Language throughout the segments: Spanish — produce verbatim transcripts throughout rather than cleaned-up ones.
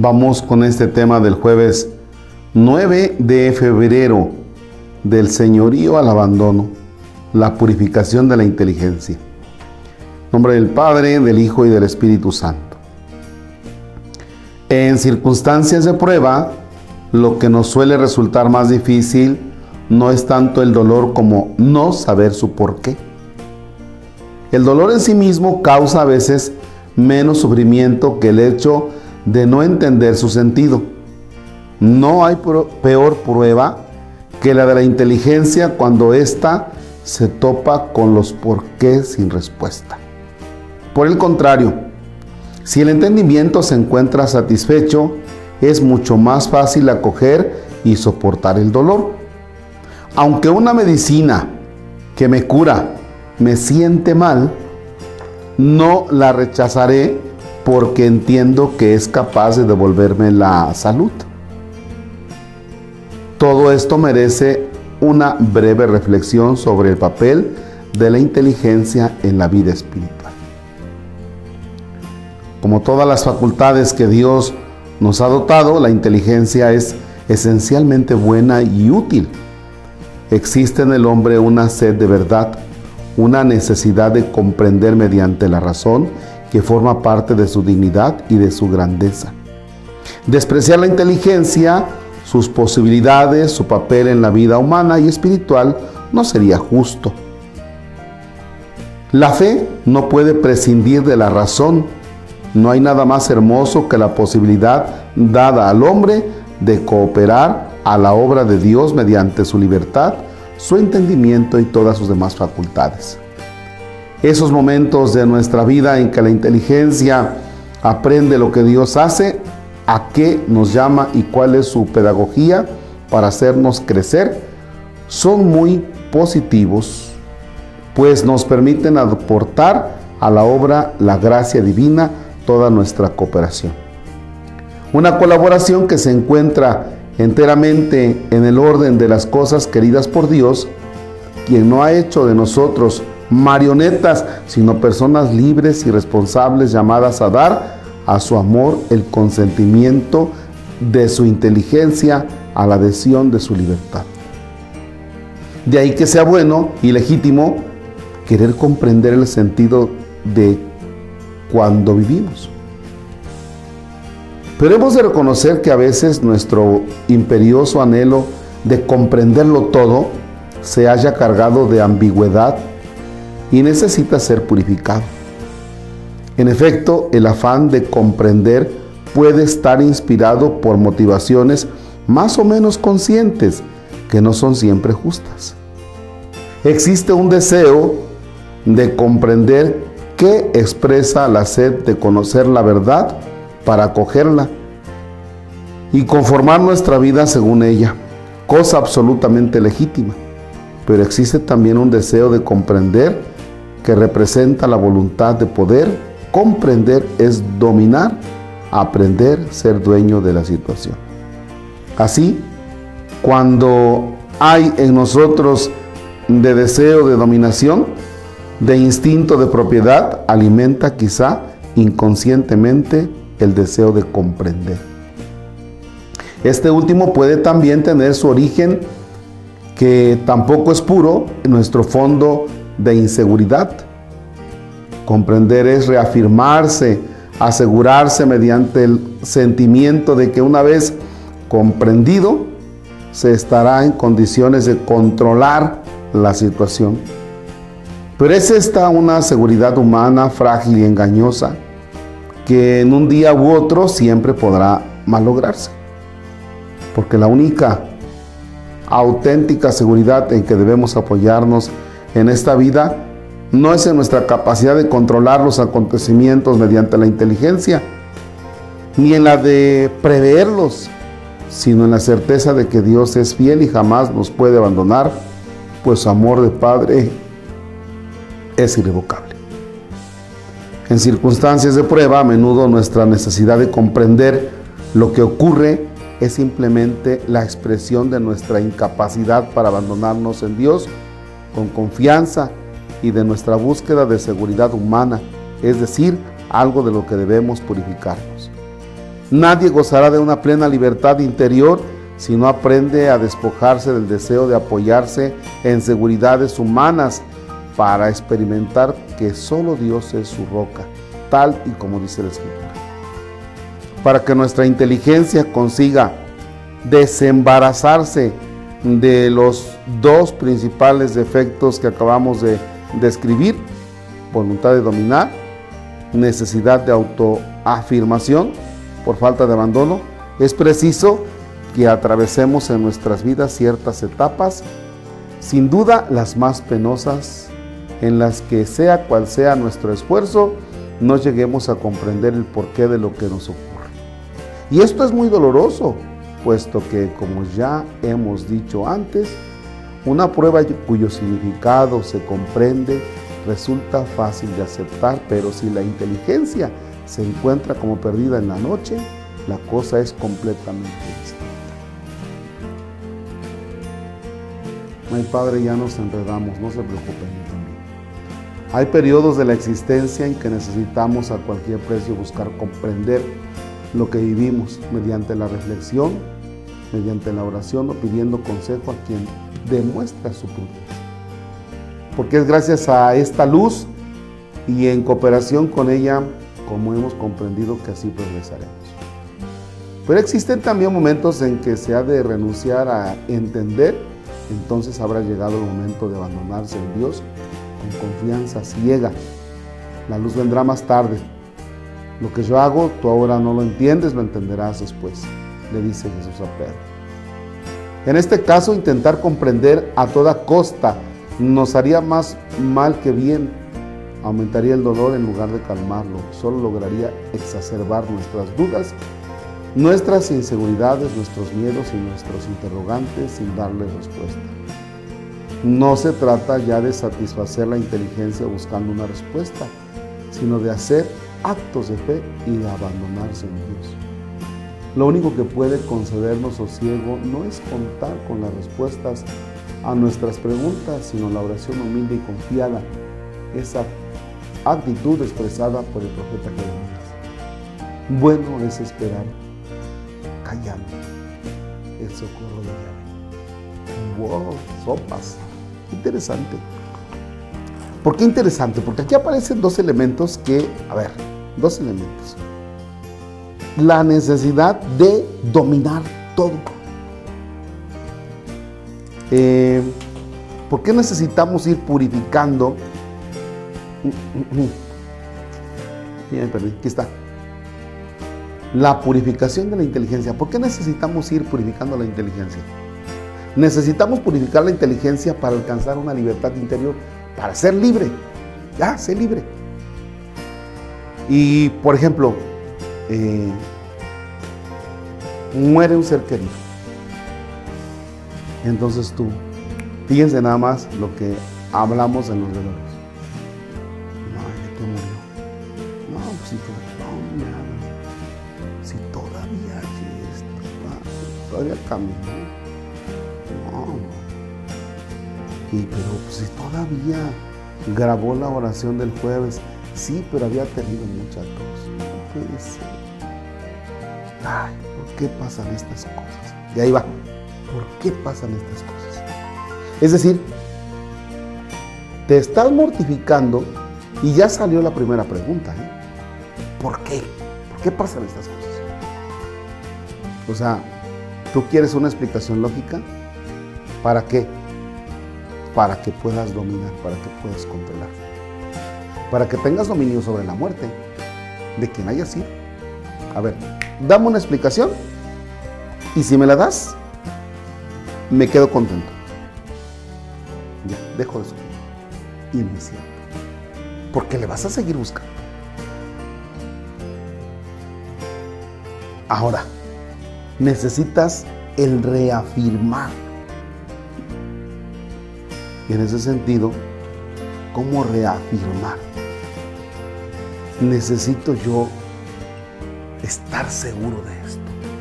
Vamos con este tema del jueves nueve de febrero, del señorío al abandono, la purificación de la inteligencia. En nombre del Padre, del Hijo y del Espíritu Santo. En circunstancias de prueba, lo que nos suele resultar más difícil no es tanto el dolor como no saber su porqué. El dolor en sí mismo causa a veces menos sufrimiento que el hecho de no entender su sentido. No hay peor prueba que la de la inteligencia cuando ésta se topa con los porqués sin respuesta. Por el contrario, si el entendimiento se encuentra satisfecho, es mucho más fácil acoger y soportar el dolor. Aunque una medicina que me cura me siente mal, no la rechazaré porque entiendo que es capaz de devolverme la salud. Todo esto merece una breve reflexión sobre el papel de la inteligencia en la vida espiritual. Como todas las facultades que Dios nos ha dotado, la inteligencia es esencialmente buena y útil. Existe en el hombre una sed de verdad, una necesidad de comprender mediante la razón que forma parte de su dignidad y de su grandeza. Despreciar la inteligencia, sus posibilidades, su papel en la vida humana y espiritual no sería justo. La fe no puede prescindir de la razón. No hay nada más hermoso que la posibilidad dada al hombre de cooperar a la obra de Dios mediante su libertad, su entendimiento y todas sus demás facultades. Esos momentos de nuestra vida en que la inteligencia aprende lo que Dios hace, a qué nos llama y cuál es su pedagogía para hacernos crecer, son muy positivos, pues nos permiten aportar a la obra la gracia divina toda nuestra cooperación. Una colaboración que se encuentra enteramente en el orden de las cosas queridas por Dios, quien no ha hecho de nosotros marionetas, sino personas libres y responsables llamadas a dar a su amor el consentimiento de su inteligencia a la adhesión de su libertad. De ahí que sea bueno y legítimo querer comprender el sentido de cuando vivimos. Pero hemos de reconocer que a veces nuestro imperioso anhelo de comprenderlo todo se halla cargado de ambigüedad y necesita ser purificado. En efecto, el afán de comprender puede estar inspirado por motivaciones más o menos conscientes que no son siempre justas. Existe un deseo de comprender que expresa la sed de conocer la verdad para acogerla y conformar nuestra vida según ella, cosa absolutamente legítima. Pero existe también un deseo de comprender que representa la voluntad de poder. Comprender es dominar, aprender, ser dueño de la situación. Así, cuando hay en nosotros de deseo de dominación, de instinto de propiedad, alimenta quizá inconscientemente el deseo de comprender. Este último puede también tener su origen, que tampoco es puro, en nuestro fondo de inseguridad. Comprender es reafirmarse, asegurarse mediante el sentimiento de que una vez comprendido, se estará en condiciones de controlar la situación. Pero es esta una seguridad humana frágil y engañosa que en un día u otro siempre podrá malograrse. Porque la única auténtica seguridad en que debemos apoyarnos en esta vida no es en nuestra capacidad de controlar los acontecimientos mediante la inteligencia, ni en la de preverlos, sino en la certeza de que Dios es fiel y jamás nos puede abandonar, pues su amor de Padre es irrevocable. En circunstancias de prueba, a menudo nuestra necesidad de comprender lo que ocurre es simplemente la expresión de nuestra incapacidad para abandonarnos en Dios con confianza y de nuestra búsqueda de seguridad humana, es decir, algo de lo que debemos purificarnos. Nadie gozará de una plena libertad interior si no aprende a despojarse del deseo de apoyarse en seguridades humanas para experimentar que solo Dios es su roca, tal y como dice la Escritura. Para que nuestra inteligencia consiga desembarazarse de los dos principales defectos que acabamos de describir, voluntad de dominar, necesidad de autoafirmación por falta de abandono, es preciso que atravesemos en nuestras vidas ciertas etapas, sin duda las más penosas, en las que sea cual sea nuestro esfuerzo, no lleguemos a comprender el porqué de lo que nos ocurre. Y esto es muy doloroso, puesto que, como ya hemos dicho antes, una prueba cuyo significado se comprende resulta fácil de aceptar, pero si la inteligencia se encuentra como perdida en la noche, la cosa es completamente distinta. Ay, Padre, ya nos enredamos, no se preocupen también. Hay periodos de la existencia en que necesitamos a cualquier precio buscar comprender lo que vivimos mediante la reflexión, mediante la oración o pidiendo consejo a quien demuestra su prudencia. Porque es gracias a esta luz y en cooperación con ella como hemos comprendido que así progresaremos. Pero existen también momentos en que se ha de renunciar a entender, entonces habrá llegado el momento de abandonarse en Dios con confianza ciega. La luz vendrá más tarde. Lo que yo hago, tú ahora no lo entiendes, lo entenderás después, le dice Jesús a Pedro. En este caso, intentar comprender a toda costa nos haría más mal que bien, aumentaría el dolor en lugar de calmarlo, solo lograría exacerbar nuestras dudas, nuestras inseguridades, nuestros miedos y nuestros interrogantes sin darle respuesta. No se trata ya de satisfacer la inteligencia buscando una respuesta, sino de hacer actos de fe y de abandonarse en Dios. Lo único que puede concedernos sosiego no es contar con las respuestas a nuestras preguntas, sino la oración humilde y confiada, esa actitud expresada por el profeta Jeremías. Bueno es esperar callando el socorro de Yahvé. ¡Wow! Sopas. Interesante. ¿Por qué interesante? Porque aquí aparecen dos elementos que, a ver, dos elementos. La necesidad de dominar todo. Eh, ¿Por qué necesitamos ir purificando? Ya me perdí, aquí está. La purificación de la inteligencia. ¿Por qué necesitamos ir purificando la inteligencia? Necesitamos purificar la inteligencia para alcanzar una libertad interior, para ser libre. Ya, sé libre. Y, por ejemplo, eh, muere un ser querido. Entonces tú, fíjense nada más lo que hablamos en los velorios. No, ¿de qué murió? No, pues si todavía, no, nada. Si todavía aquí está, todavía caminó. No, no. Y pero pues, si todavía grabó la oración del jueves, sí, pero había tenido mucha tos. No puede ser. Ay, ¿por qué pasan estas cosas? Y ahí va. ¿Por qué pasan estas cosas? Es decir, te estás mortificando y ya salió la primera pregunta, ¿eh? ¿Por qué? ¿Por qué pasan estas cosas? O sea, ¿tú quieres una explicación lógica? ¿Para qué? Para que puedas dominar, para que puedas controlar. Para que tengas dominio sobre la muerte de quien haya sido. A ver, dame una explicación y si me la das, me quedo contento. Ya, dejo de sufrir. Y me siento. Porque le vas a seguir buscando. Ahora, necesitas el reafirmar. Y en ese sentido, ¿cómo reafirmar? Necesito yo estar seguro de esto.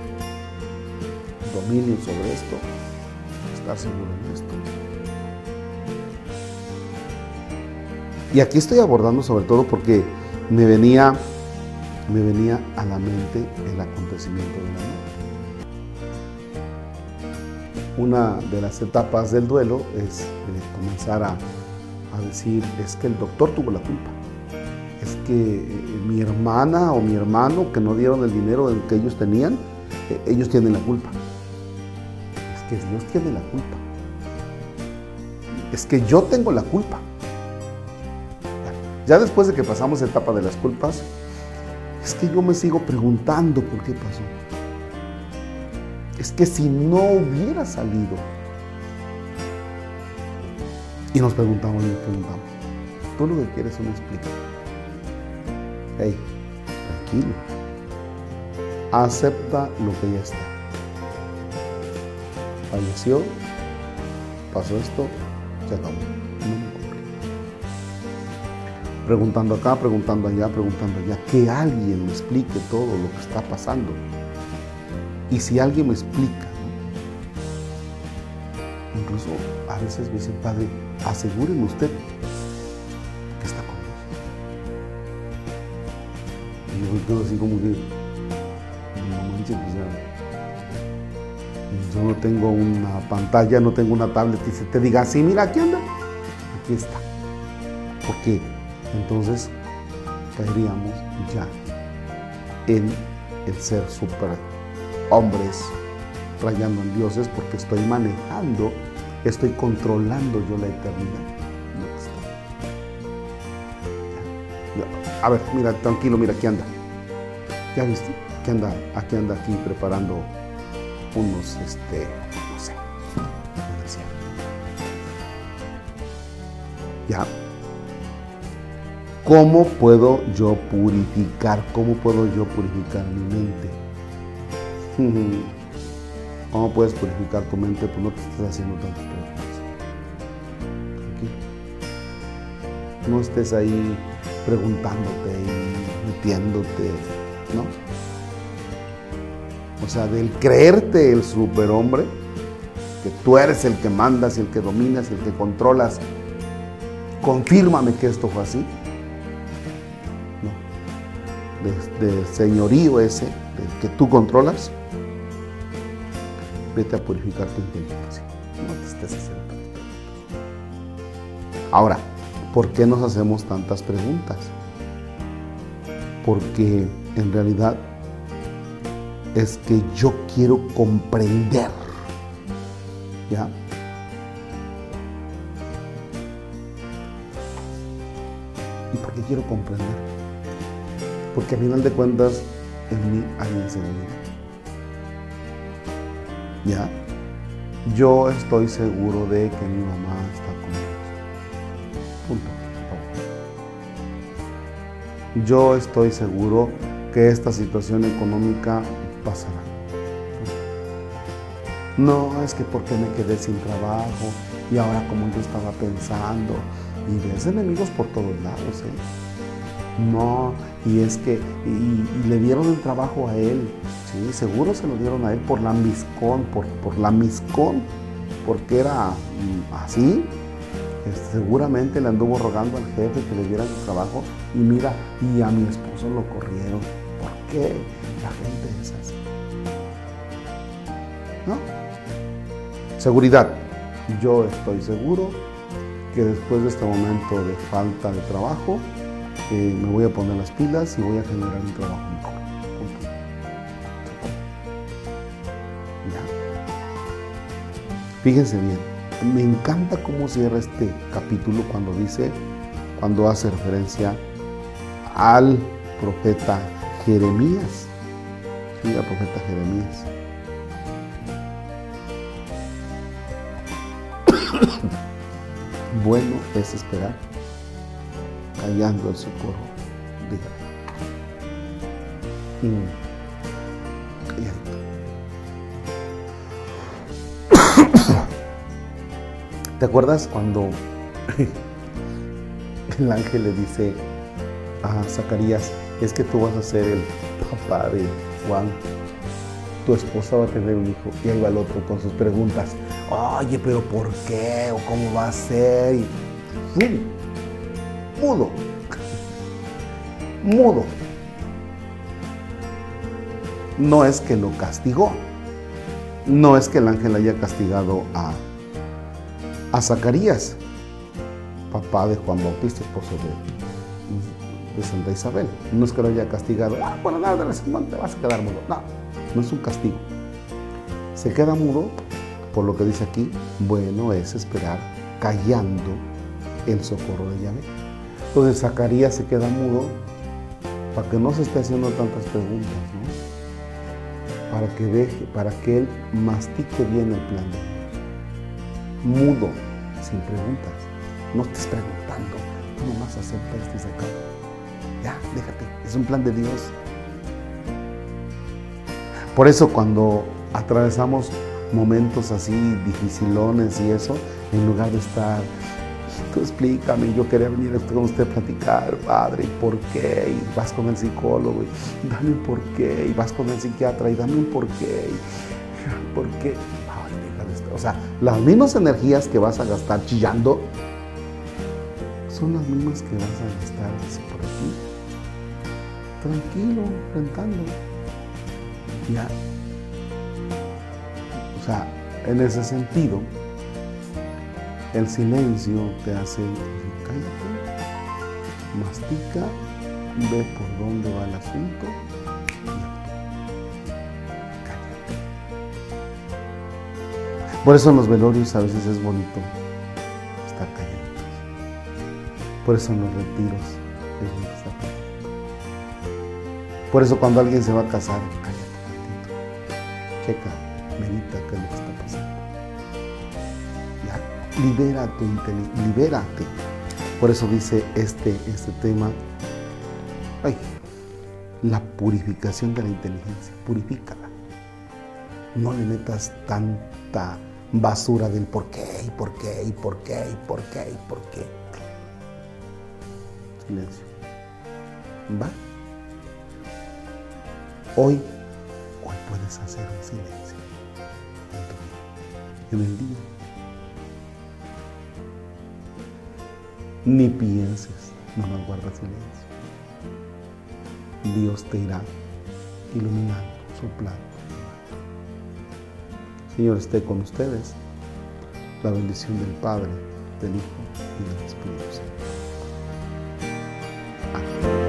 Dominio sobre esto. Estar seguro en esto. Y aquí estoy abordando sobre todo porque me venía me venía a la mente el acontecimiento de la muerte. Una de las etapas del duelo es eh, comenzar a, a decir, es que el doctor tuvo la culpa. Es que eh, mi hermana o mi hermano que no dieron el dinero que ellos tenían, eh, ellos tienen la culpa. Es que Dios tiene la culpa. Es que yo tengo la culpa. Ya después de que pasamos la etapa de las culpas, es que yo me sigo preguntando por qué pasó. Es que si no hubiera salido. Y nos preguntamos y nos preguntamos. Tú lo que quieres es una explicación. Hey, tranquilo. Acepta lo que ya está. Falleció, pasó esto, se acabó. No me importa. Preguntando acá, preguntando allá, preguntando allá. Que alguien me explique todo lo que está pasando. Y si alguien me explica, ¿no? Incluso a veces me dice, Padre, asegúreme usted que está con Dios. Y yo me quedo así como que, no manches, pues ya, yo no tengo una pantalla, no tengo una tablet y se te diga, sí, mira, aquí anda, aquí está. Porque entonces caeríamos ya en el ser super hombres rayando en dioses, porque estoy manejando, estoy controlando yo la eternidad. A ver, mira, tranquilo, mira, aquí anda. ¿Ya viste? Aquí anda, aquí anda aquí preparando unos, este, no sé, ya. ¿Cómo puedo yo purificar? ¿Cómo puedo yo purificar mi mente? ¿Cómo puedes purificar tu mente? Pues no te estés haciendo tantas preguntas. Tranquilo. No estés ahí preguntándote y metiéndote, ¿no? O sea, del creerte el superhombre, que tú eres el que mandas, el que dominas, el que controlas, confírmame que esto fue así. No. Del señorío ese, del que tú controlas, vete a purificar tu inteligencia. No te estés haciendo tantas preguntas. Ahora, ¿por qué nos hacemos tantas preguntas? Porque en realidad es que yo quiero comprender, ¿ya? ¿Y por qué quiero comprender? Porque a final de cuentas en mí hay inseguridad. ¿Ya? Yo estoy seguro de que mi mamá está conmigo. Punto. Yo estoy seguro que esta situación económica pasará. No, es que porque me quedé sin trabajo y ahora como yo estaba pensando, y ves enemigos por todos lados, ¿eh? No, y es que y, y le dieron el trabajo a él. Sí, seguro se lo dieron a él por la miscón, por, por la miscón, porque era así. Seguramente le anduvo rogando al jefe que le diera el trabajo y mira, y a mi esposo lo corrieron. ¿Por qué la gente es así? ¿No? Seguridad. Yo estoy seguro que después de este momento de falta de trabajo, eh, me voy a poner las pilas y voy a generar un trabajo mejor. Fíjense bien, me encanta cómo cierra este capítulo cuando dice, cuando hace referencia al profeta Jeremías. Sí, al profeta Jeremías. Bueno es esperar, callando el socorro, dígame. Mm. ¿Te acuerdas cuando el ángel le dice a Zacarías, es que tú vas a ser el papá de Juan, tu esposa va a tener un hijo? Y ahí va el otro con sus preguntas, oye, pero ¿por qué? ¿O cómo va a ser? Y, ¡fum! Mudo, mudo. no es que lo castigó, no es que el ángel haya castigado a, a Zacarías, papá de Juan Bautista, esposo de, de Santa Isabel. No es que lo haya castigado, ah, bueno, nada, no te vas a quedar mudo. No, no es un castigo. Se queda mudo, por lo que dice aquí, bueno es esperar callando el socorro de Yahvé. Entonces Zacarías se queda mudo para que no se esté haciendo tantas preguntas, ¿no? Para que deje, para que él mastique bien el plan de Dios. Mudo, sin preguntas. No estés preguntando, tú nomás acepta esto y se acaba. Ya, déjate, es un plan de Dios. Por eso cuando atravesamos momentos así dificilones y eso, en lugar de estar, tú explícame, yo quería venir con usted a platicar, padre, ¿y por qué? Y vas con el psicólogo, y dame un por qué, y vas con el psiquiatra, y dame un por qué, y ¿por qué? Ay, déjame estar. O sea, las mismas energías que vas a gastar chillando son las mismas que vas a gastar así por aquí, tranquilo, enfrentando. Ya. O sea, en ese sentido, el silencio te hace decir, cállate, mastica, ve por dónde va el asunto y actúa. Cállate. Por eso en los velorios a veces es bonito estar calladitos. Por eso en los retiros es bonito estar calladitos. Por eso cuando alguien se va a casar, cállate tantito. Checa, medita qué es lo que está pasando. Ya, libera tu inteligencia, libérate. Por eso dice este, este tema, ay, la purificación de la inteligencia, purifícala. No le metas tanta basura del por qué, y por qué, y por qué, y por qué, y por qué. Silencio. ¿Va? Hoy, hoy puedes hacer un silencio en tu vida, en el día. Ni pienses, no nos guardas silencio. Dios te irá iluminando, soplando. Señor, esté con ustedes. La bendición del Padre, del Hijo y del Espíritu Santo. Amén.